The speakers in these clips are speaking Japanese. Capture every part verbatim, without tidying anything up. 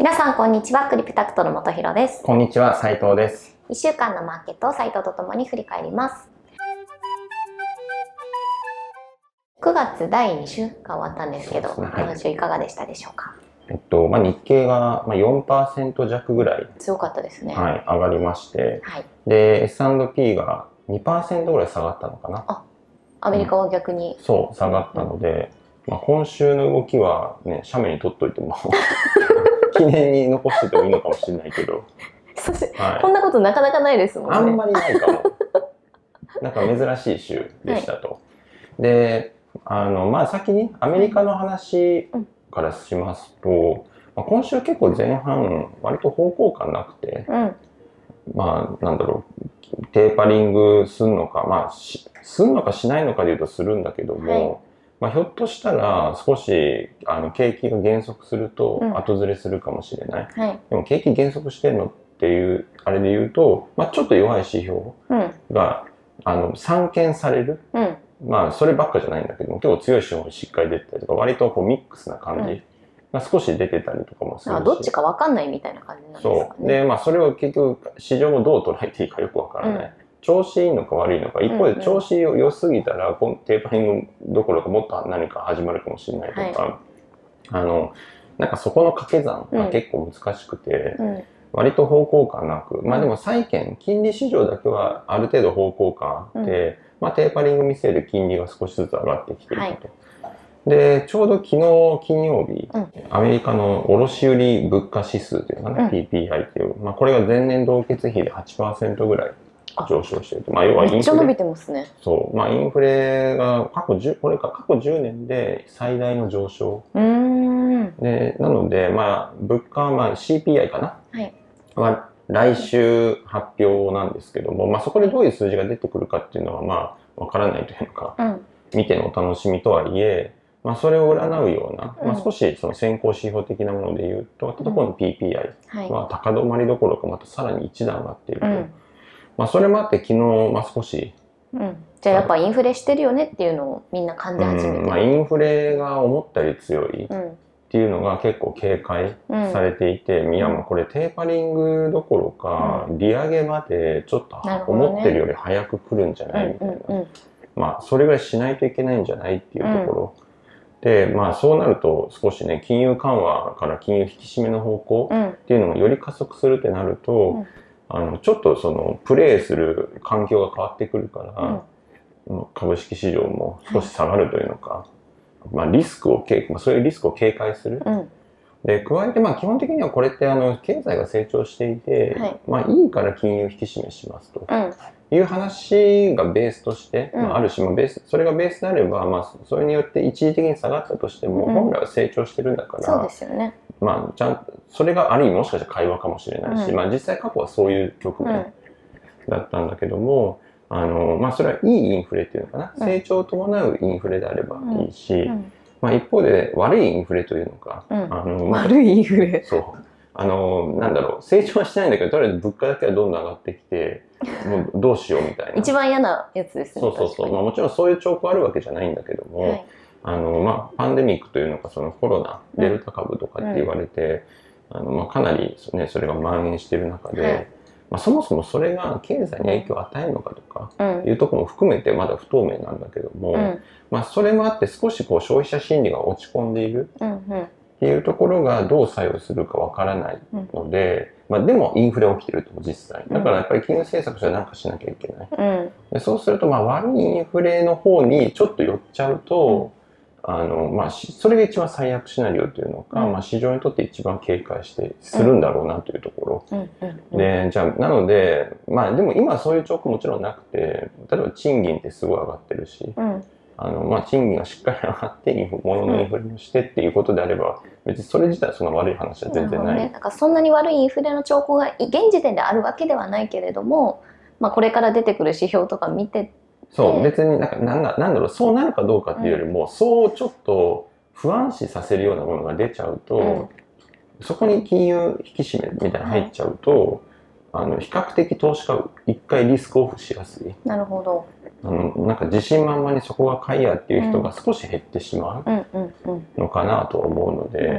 皆さんこんにちは、クリプタクトの本博です。 こんにちは、斉藤です。 いっしゅうかんのマーケットを斉藤とともに振り返ります。くがつだいに週が終わったんですけど、今週いかがでしたでしょうか。 えっとまあ、日経が よんパーセント 弱ぐらい強かったですね、 はい、上がりまして、 はい、 で エスアンドピー が にパーセント ぐらい下がったのかな。 あ、アメリカは逆に、 うん、そう下がったので、うん、まあ、今週の動きはね、写メに撮っといても記念に残しててもいいのかもしれないけどそして、はい、こんなことなかなかないですもんね。 あんまりないかもなんか珍しい週でしたと、はい、であのまあ先にアメリカの話からしますと、うん、まあ、今週結構前半割と方向感なくて、うん、まあなんだろう、テーパリングすんのか、まあしすんのかしないのかでいうとするんだけども、はい、まあ、ひょっとしたら少しあの景気が減速すると後ずれするかもしれない、うん、はい、でも景気減速してるのっていうあれで言うと、まあ、ちょっと弱い指標が、うん、あの散見される、うん、まあそればっかじゃないんだけども、結構強い指標がしっかり出てたりとか、割とこうミックスな感じが少し出てたりとかもするし、 うん、どっちか分かんないみたいな感じなんですかね。 そうで、まあ、それを結局市場もどう捉えていいかよく分からない、うん、調子いいのか悪いのか、一方で調子良すぎたら、うんうん、テーパリングどころかもっと何か始まるかもしれないとか、はい、あのなんかそこの掛け算が結構難しくて、うんうん、割と方向感なく、まあでも債券、金利市場だけはある程度方向感あって、うん、まあテーパリング見据える金利が少しずつ上がってきていると。はい、で、ちょうど昨日金曜日、うん、アメリカの卸売物価指数というのかな、うん、ピーピーアイ っていう、まあこれが前年同月比で はちパーセント ぐらい上昇していると。まあ要はインフレ。めっちゃ伸びてますね。そう。まあインフレが過去10、これか過去じゅうねんで最大の上昇。うーん。で、なので、まあ物価はまあ シーピーアイ かな。はい。は来週発表なんですけども、まあそこでどういう数字が出てくるかっていうのはまあわからないというか、うん、見てのお楽しみとはいえ、まあそれを占うような、うん、まあ少しその先行指標的なもので言うと、ところの ピーピーアイ は高止まりどころかまたさらに一段上がっていると。うん、まあそれもあって昨日、まあ少し、 うん、じゃあやっぱインフレしてるよねっていうのをみんな感じ始めてる、うん、 まあインフレが思ったより強いっていうのが結構警戒されていて、うん、いやもうこれテーパリングどころか、うん、利上げまでちょっと思ってるより早く来るんじゃないみたいな、うんうんうん、まあそれぐらいしないといけないんじゃないっていうところ、うん、でまあそうなると少しね、金融緩和から金融引き締めの方向っていうのがより加速するってなると、うん、あのちょっとそのプレーする環境が変わってくるから、うん、株式市場も少し下がるというのか、はい、まあリスクを警、まあ、そういうリスクを警戒する、うん、で加えてまあ基本的にはこれってあの経済が成長していて、はい、まあいいから金融引き締めしますと、うん、いう話がベースとして、うん、まあ、ある種、まあ、ベースそれがベースであれば、まあ、それによって一時的に下がったとしても、うん、本来は成長してるんだから、 そうですよね。 まあ、ちゃんそれがある意味もしかしたら会話かもしれないし、うん、まあ実際過去はそういう局面だったんだけども、うん、あのまあそれはいいインフレっていうのかな、うん、成長を伴うインフレであればいいし、うん、まあ一方で悪いインフレというのか、うん、あの悪いインフレ、 そうあのなんだろう、成長はしてないんだけどとりあえず物価だけはどんどん上がってきてもうどうしようみたいな一番嫌なやつですね。 そうそうそう、まあ、もちろんそういう兆候あるわけじゃないんだけども、はい、あのまあ、パンデミックというのかそのコロナデルタ株とかって言われて、うん、あのまあ、かなり、ね、それが蔓延している中で、はい、まあ、そもそもそれが経済に影響を与えるのかとかいうところも含めてまだ不透明なんだけども、うん、まあ、それもあって少しこう消費者心理が落ち込んでいるっていうところがどう作用するかわからないので、うん、まあ、でもインフレ起きてると実際だからやっぱり金融政策じゃ何かしなきゃいけない、うん、でそうするとまあ悪いインフレの方にちょっと寄っちゃうと、うん、あのまあ、それが一番最悪シナリオというのか、うん、まあ、市場にとって一番警戒してするんだろうなというところ、うんうんうん、でじゃあなのでまあでも今そういう兆候もちろんなくて、例えば賃金ってすごい上がってるし、うん、あのまあ、賃金がしっかり上がって物のインフレもしてっていうことであれば、別にそれ自体はそんな悪い話は全然ない。 ね、なんかそんなに悪いインフレの兆候が現時点であるわけではないけれども、まあ、これから出てくる指標とか見てそう別になんかなんだなんだろう、そうなるかどうかっていうよりも、うん、そうちょっと不安視させるようなものが出ちゃうと、うん、そこに金融引き締めみたいなの入っちゃうと、はい、あの比較的投資家は一回リスクオフしやすい。 なるほど。 あのなんか自信満々にそこが買いやっていう人が少し減ってしまうのかなと思うので、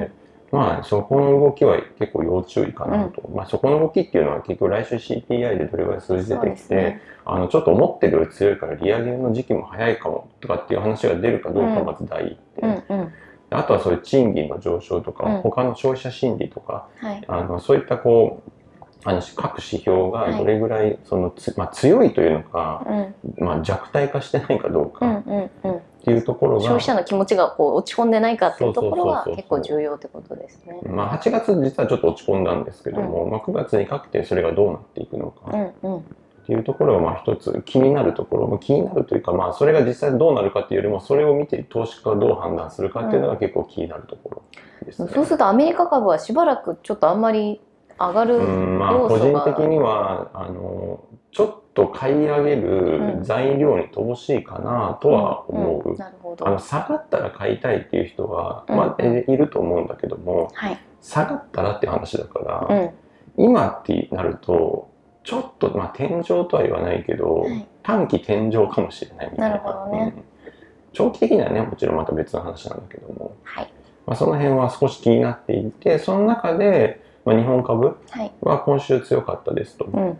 まあ、そこの動きは結構要注意かなと。うん、まあ、そこの動きっていうのは結局来週 シーピーアイ でどれぐらい数字出てきて、ね、あの、ちょっと思ってるより強いから利上げの時期も早いかもとかっていう話が出るかどうかまず第一点。うんうんうん、あとはそういう賃金の上昇とか、うん、他の消費者心理とか、はい、あのそういったこう、あの各指標がどれぐらいそのつ、まあ、強いというのか、うん、まあ、弱体化してないかどうかっていうところが、 消費者の気持ちがこう落ち込んでないかっていうところは結構重要ってことですね。 まあ、はちがつ実はちょっと落ち込んだんですけども、うん、まあ、くがつにかけてそれがどうなっていくのか、うんうん、っていうところがまあ一つ気になるところ、気になるというか、まあ、それが実際どうなるかっていうよりもそれを見て投資家がどう判断するかっていうのが結構気になるところですね。 うん、そうするとアメリカ株はしばらくちょっとあんまり上がる要素が、うん、まあ、 個人的にはあのちょっと買い上げる材料に乏しいかなとは思う。あの下がったら買いたいっていう人は、うん、まあ、いると思うんだけども、はい、下がったらっていう話だから、うん、今ってなるとちょっと、まあ、天井とは言わないけど、はい、短期天井かもしれないみたいな。なるほどね。うん、長期的にはねもちろんまた別の話なんだけども、はい、まあ、その辺は少し気になっていて、その中でまあ、日本株は今週強かったですと。はい、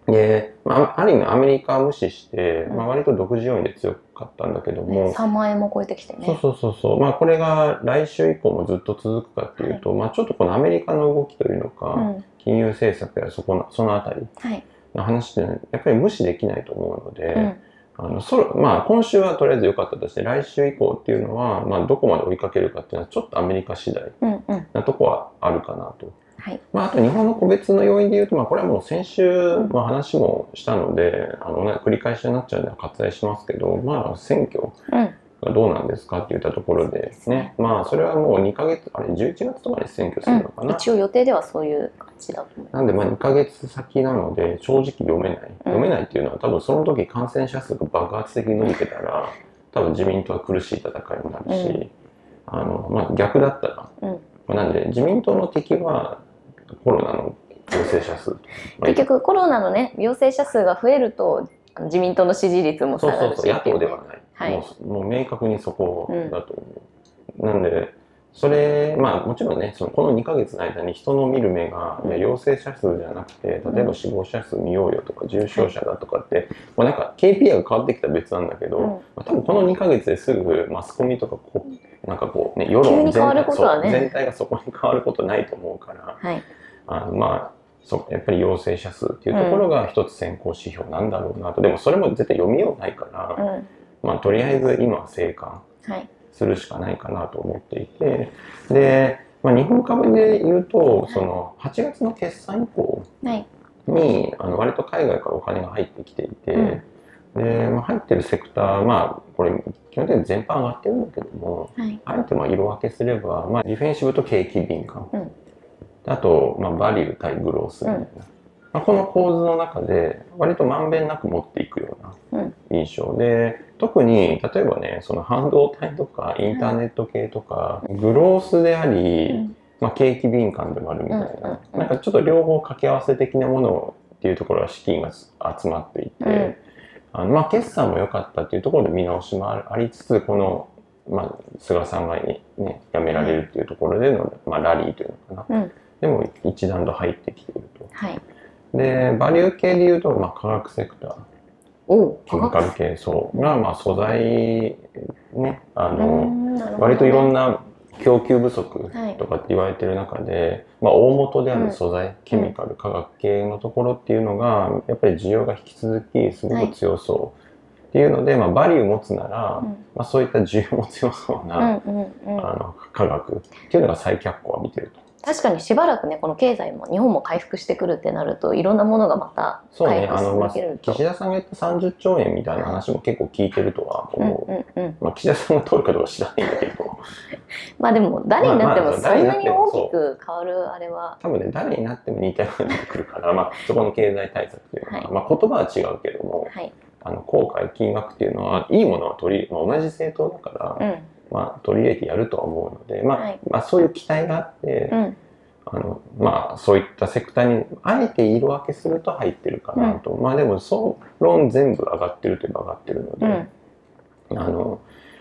で、まあ、ある意味アメリカを無視して、うん、まあ、割と独自要因で強かったんだけども、 さんまんえんも超えてきてね。 そうそうそうそう。まあ、これが来週以降もずっと続くかっていうと、はい、まあ、ちょっとこのアメリカの動きというのか、うん、金融政策やそこのそのあたりの話って、やっぱり無視できないと思うので、うん、あのそまあ、今週はとりあえず良かったとして、来週以降っていうのは、まあ、どこまで追いかけるかっていうのはちょっとアメリカ次第なとこはあるかなと。はい、まあ、あと日本の個別の要因でいうと、まあ、これはもう先週、まあ、話もしたので、あの繰り返しになっちゃうので割愛しますけど、まあ、選挙がどうなんですかって言ったところでね、うん、まあそれはもうにかげつ、あれじゅういちがつとかに選挙するのかな、 うん、一応予定ではそういう感じだと思う。 なんでまあにかげつ先なので正直読めない、読めないっていうのは多分その時感染者数が爆発的に伸びてたら多分自民党は苦しい戦いになるし、うん、あのまあ、逆だったら、うん、まあ、なんで自民党の敵はコロナの陽性者数、 結局コロナのね陽性者数が増えると自民党の支持率も下がるし、 そうそうそう、野党ではない、はい、もう、もう明確にそこだと思う、うん、なんでそれまあもちろんねそのこのにかげつの間に人の見る目が、うん、陽性者数じゃなくて例えば死亡者数見ようよとか重症者だとかって、はい、まあ、なんか ケーピーアイ が変わってきたら別なんだけど、うん、まあ、多分このにかげつですぐマスコミとかこうなんかこうね世論全体、ね、全体がそこに変わることないと思うから、はい、あのまあそうやっぱり陽性者数っていうところが一つ先行指標なんだろうなと、うん、でもそれも絶対読みようないから、うん、まあとりあえず今は静観するしかないかなと思っていて、で、まあ、日本株で言うとそのはちがつの決算以降に、はい、あの割と海外からお金が入ってきていて、うん、で、まあ、入ってるセクター、まあこれ基本的に全般上がってるんだけども、はい、あえてまあ色分けすれば、まあ、ディフェンシブと景気敏感、うん、あと、まあ、バリュー対グロースみたいな、うん、まあ、この構図の中で割とまんべんなく持っていくような印象で、特に例えばねその半導体とかインターネット系とか、うん、グロースであり、うん、まあ、景気敏感でもあるみたいな、うんうん、なんかちょっと両方掛け合わせ的なものっていうところは資金が集まっていて、うん、あのまあ決算も良かったっていうところで見直しもありつつ、このまあ、菅さんが、ね、辞められるっていうところでの、まあ、ラリーというのかな、うん、でも一段と入ってきていると、はい、でバリュー系でいうと、まあ、化学セクター、おケミカル系そうが、まあ、素材ね、あの割といろんな供給不足とかって言われてる中で、はい、まあ、大元である素材、うん、ケミカル化学系のところっていうのがやっぱり需要が引き続きすごく強そう、はい、っていうので、まあ、バリュー持つなら、うん、まあ、そういった需要も強そうな、うんうんうん、あの科学っていうのが再脚光を浴びてると。 確かにしばらくねこの経済も日本も回復してくるってなるといろんなものがまた回復してくると、 そうね、あの、まあ、岸田さんが言ったさんじゅっちょうえんみたいな話も結構聞いてるとは思う、うんうんうん、まあ、岸田さんが通るかどうか知らないんだけどまあでも誰になってもそんなに大きく変わるあれは、 多分ね誰になっても似たようになってくるから、まあ、そこの経済対策というのは、はい、まあ、言葉は違うけども、はい、あの効果や金額っていうのはいいものは取り、まあ、同じ政党だから、うん、まあ、取り入れてやるとは思うので、まあ、はい、まあそういう期待があって、うん、あのまあそういったセクターにあえて色分けすると入ってるかなと、うん、まあでも総論全部上がってるといえば上がってるので、うん、あの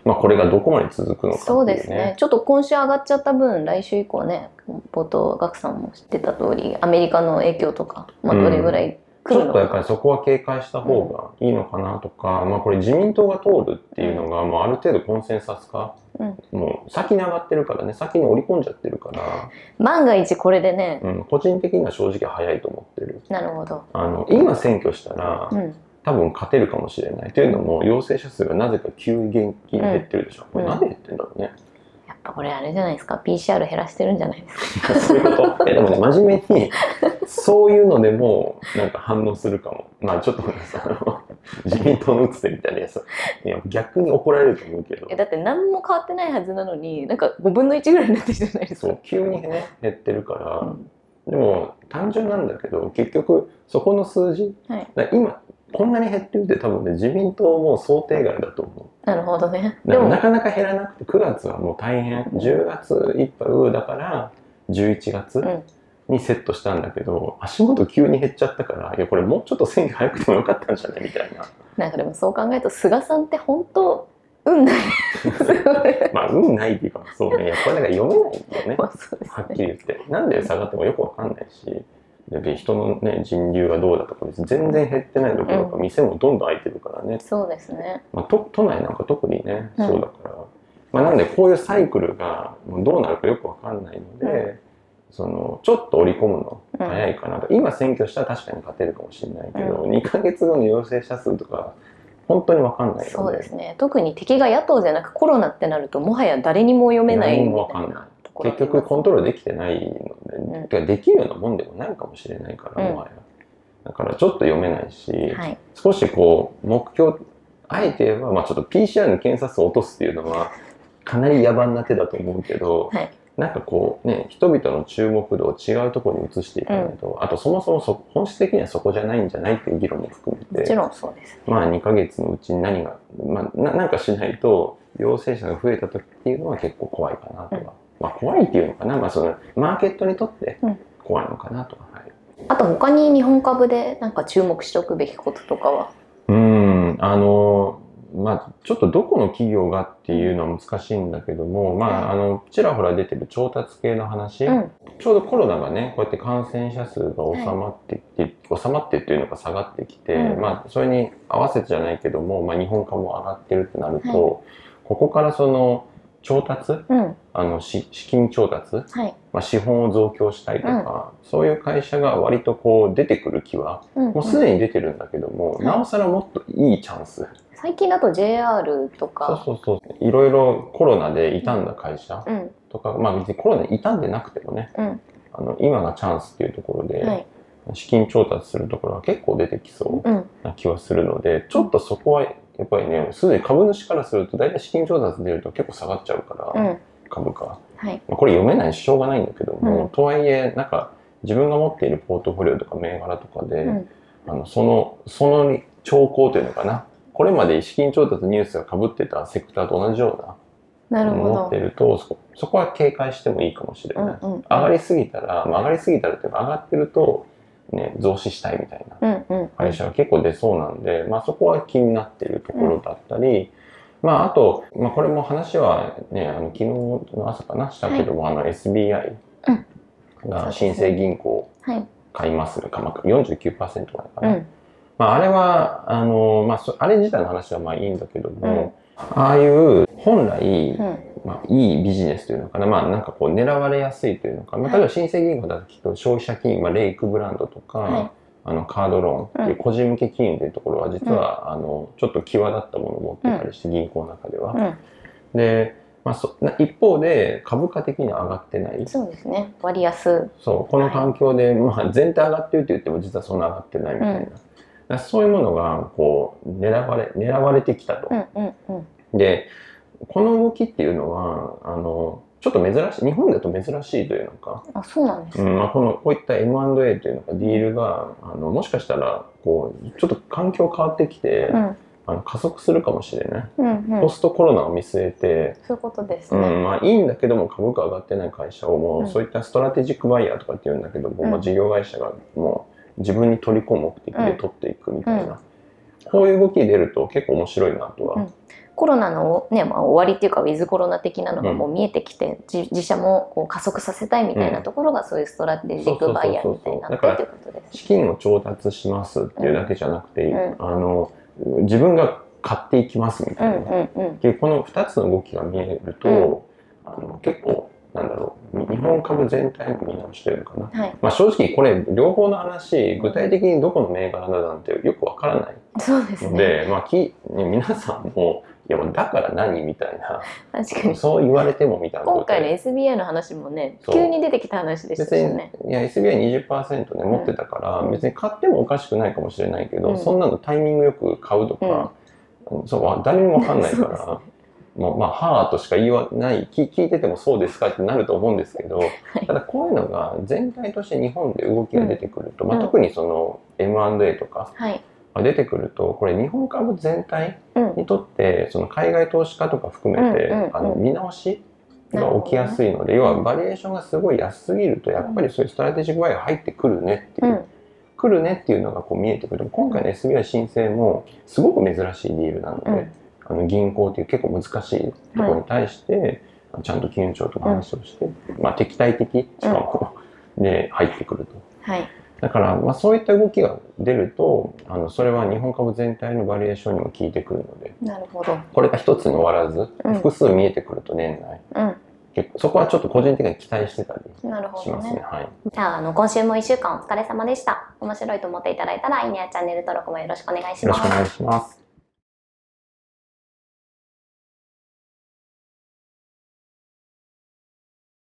まあこれがどこまで続くのかっていうね。 そうですね。ちょっと今週上がっちゃった分、来週以降ね、冒頭ガクさんも知ってた通り、アメリカの影響とか、まあ、どれぐらい来るのか、 ちょっとやっぱりそこは警戒した方がいいのかなとか、うん、まあこれ自民党が通るっていうのがもうある程度コンセンサス化、うん、もう先に上がってるからね、先に織り込んじゃってるから、 万が一これでね、 うん、個人的には正直早いと思ってる。 なるほど。 あの今選挙したら、うん、多分勝てるかもしれないというのも、陽性者数がなぜか急激に減ってるでしょ、うん、これなんで減ってんだろうね。 やっぱこれあれじゃないですか、 ピーシーアール 減らしてるんじゃないですか。 そういうこと。えでもね、真面目にそういうのでもなんか反応するかも。まあちょっとさ、自民党の打つ手みたいなやつ、いや逆に怒られると思うけど。 だって何も変わってないはずなのに、なんかごぶんのいちぐらいになってるじゃないですか。 そう急にね減ってるから、うん、でも単純なんだけど結局そこの数字、はい、今こんなに減ってるって多分ね自民党も想定外だと思う。 なるほどね。 でもなかなか減らなくてくがつはもう大変、じゅうがついっぱいだからじゅういちがつにセットしたんだけど、足元急に減っちゃったから、いやこれもうちょっと選挙早くてもよかったんじゃないみたいな。 なんかでもそう考えると菅さんって本当運ないまあ運ないっていうかそうね、やっぱりなんか読めないんだよね。まあそうですね、はっきり言ってなんで下がってもよくわかんないし。で人のね人流がどうだとか全然減ってないどころか、うん、店もどんどん開いてるからね。 そうですね。 まあ、都, 都内なんか特にね、うん、そうだから、まあ、なんでこういうサイクルがどうなるかよくわかんないので、うん、そのちょっと織り込むの早いかなと、うん、今選挙したら確かに勝てるかもしれないけど、うん、にかげつごの陽性者数とか本当にわかんないので。 そうですね。特に敵が野党じゃなくコロナってなるともはや誰にも読めないみたいな。 誰にもわかんない。結局コントロールできてないので、うん、できるようなもんでもないかもしれないから、もはや、うん、だからちょっと読めないし、はい、少しこう目標あえて言えば、まあ、ちょっと ピーシーアール の検査数を落とすっていうのはかなり野蛮な手だと思うけど、はい、なんかこうね人々の注目度を違うところに移していかないと、うん、あとそもそもそ本質的にはそこじゃないんじゃないっていう議論も含めて、 もちろんそうです、ね、 まあにかげつのうちに何が、まあ、な, なんかしないと陽性者が増えた時っていうのは結構怖いかなとは、うん、まあ怖いっていうのかな、まあ、そのマーケットにとって怖いのかなとは、はい、 あと他に日本株でなんか注目しておくべきこととかは。 うーんあのまあちょっとどこの企業がっていうのは難しいんだけども、まああのちらほら出てる調達系の話、うん、ちょうどコロナがねこうやって感染者数が収まってきて、はい、収まってっていうのが下がってきて、うん、まあそれに合わせてじゃないけども、まあ、日本株も上がってるってなると、はい、ここからその調達、うん、あの資金調達、はい、まあ、資本を増強したりとか、うん、そういう会社が割とこう出てくる気は、うんうん、もうすでに出てるんだけども、なおさらもっといいチャンス。 最近だと ジェイアール とかそうそうそういろいろコロナで傷んだ会社とか、うん、まあ別にコロナで傷んでなくてもね、うん、あの今がチャンスっていうところで、はい、資金調達するところが結構出てきそうな気はするので、うん、ちょっとそこはやっぱりねすでに株主からすると大体資金調達出ると結構下がっちゃうから、うん、株価、はい、まあ、これ読めないししょうがないんだけども、うん、とはいえなんか自分が持っているポートフォリオとか銘柄とかで、うん、あのそのその兆候というのかな、これまで資金調達ニュースが被ってたセクターと同じような持っていると そ, そこは警戒してもいいかもしれない、うんうんうん、上がりすぎたら、まあ、上がりすぎたらというか上がってると、ね、増資したいみたいな会社が結構出そうなんで、まあ、そこは気になっているところだったり、うん、まあ、あと、まあ、これも話は、ね、あの昨日の朝かなしたけども、はい、あの エスビーアイ が新生銀行を買いますか、まあ、よんじゅうきゅうパーセントぐらいかな、うん、まあ、あれはあの、まあ、あれ自体の話はまあいいんだけども、うん、ああいう本来、うん、まあ、いいビジネスというのかな、まあ、なんかこう狙われやすいというのか、まあ、例えば新生銀行だときっと消費者金融、まあ、レイクブランドとか、はい、あのカードローンっていう個人向け金融というところは実は、うん、あのちょっと際立ったものを持ってたりして、銀行の中では。うん、でまあ、そ一方で株価的には上がってない。 そうですね。割安。 そうこの環境で、はい、まあ、全体上がってるって言っても実はそんな上がってないみたいな。うんそういうものがこう狙われ狙われてきたと、うんうんうん、でこの動きっていうのはあのちょっと珍しい、日本だと珍しいというのか、 あ、そうなんですね、 うんまあ、このこういった エムアンドエー というのかディールがあのもしかしたらこうちょっと環境変わってきて、うん、あの加速するかもしれない、うんうん、ポストコロナを見据えてそういうことですね、 うんまあ、いいんだけども株価上がってない会社をもう、うん、そういったストラテジックバイヤーとかっていうんだけども、うんまあ、事業会社がもう自分に取り込む目的で取っていくみたいな、うん、こういう動きに出ると結構面白いなとは、うん、 コロナの、ねまあ、終わりっていうかウィズコロナ的なのがもう見えてきて、うん、自社もこう加速させたいみたいなところが、うん、そういうストラテジックバイヤーみたいになってということです。 資金を調達しますっていうだけじゃなくて、うん、あの自分が買っていきますみたいな、うんうんうん、このふたつの動きが見えると、うん、あの結構なんだろう、日本株全体の見直しというのかな、はい、まあ正直これ両方の話具体的にどこの銘柄だなんてよくわからないそうですので、まあき皆さんもいやもうだから何みたいな、 確かにそう言われてもみたいな。 今回の エスビーアイ の話もね急に出てきた話でしたよね。 別にいや エスビーアイにじゅっパーセント ね持ってたから、うん、別に買ってもおかしくないかもしれないけど、うん、そんなのタイミングよく買うとか、うん、そう誰にも分かんないからもうまあはーとしか言わない聞いててもそうですかってなると思うんですけど、はい、ただこういうのが全体として日本で動きが出てくると、うんまあ、特にその エムアンドエー とか、はい出てくるとこれ日本株全体にとってその海外投資家とか含めて、うんうんうん、あの見直しが起きやすいので、ね、要はバリエーションがすごい安すぎるとやっぱりそういうストラテジックバイが入ってくるねっていう、うん、来るねっていうのがこう見えてくる。今回の エスビーアイ 申請もすごく珍しいディールなので、うん、あの銀行っていう結構難しいところに対して、はい、ちゃんと金融庁と話をして、うん、まあ敵対的しかも、うん、で入ってくると。はいだから、まあ、そういった動きが出るとあのそれは日本株全体のバリエーションにも効いてくるのでなるほどこれが一つに終わらず、うん、複数見えてくると年内、うん、結構そこはちょっと個人的に期待してたりしますね。ねはい、 じゃあ、あの今週もいっしゅうかんお疲れ様でした。面白いと思っていただいたらいいねやチャンネル登録もよろしくお願いします。 よろしくお願いします。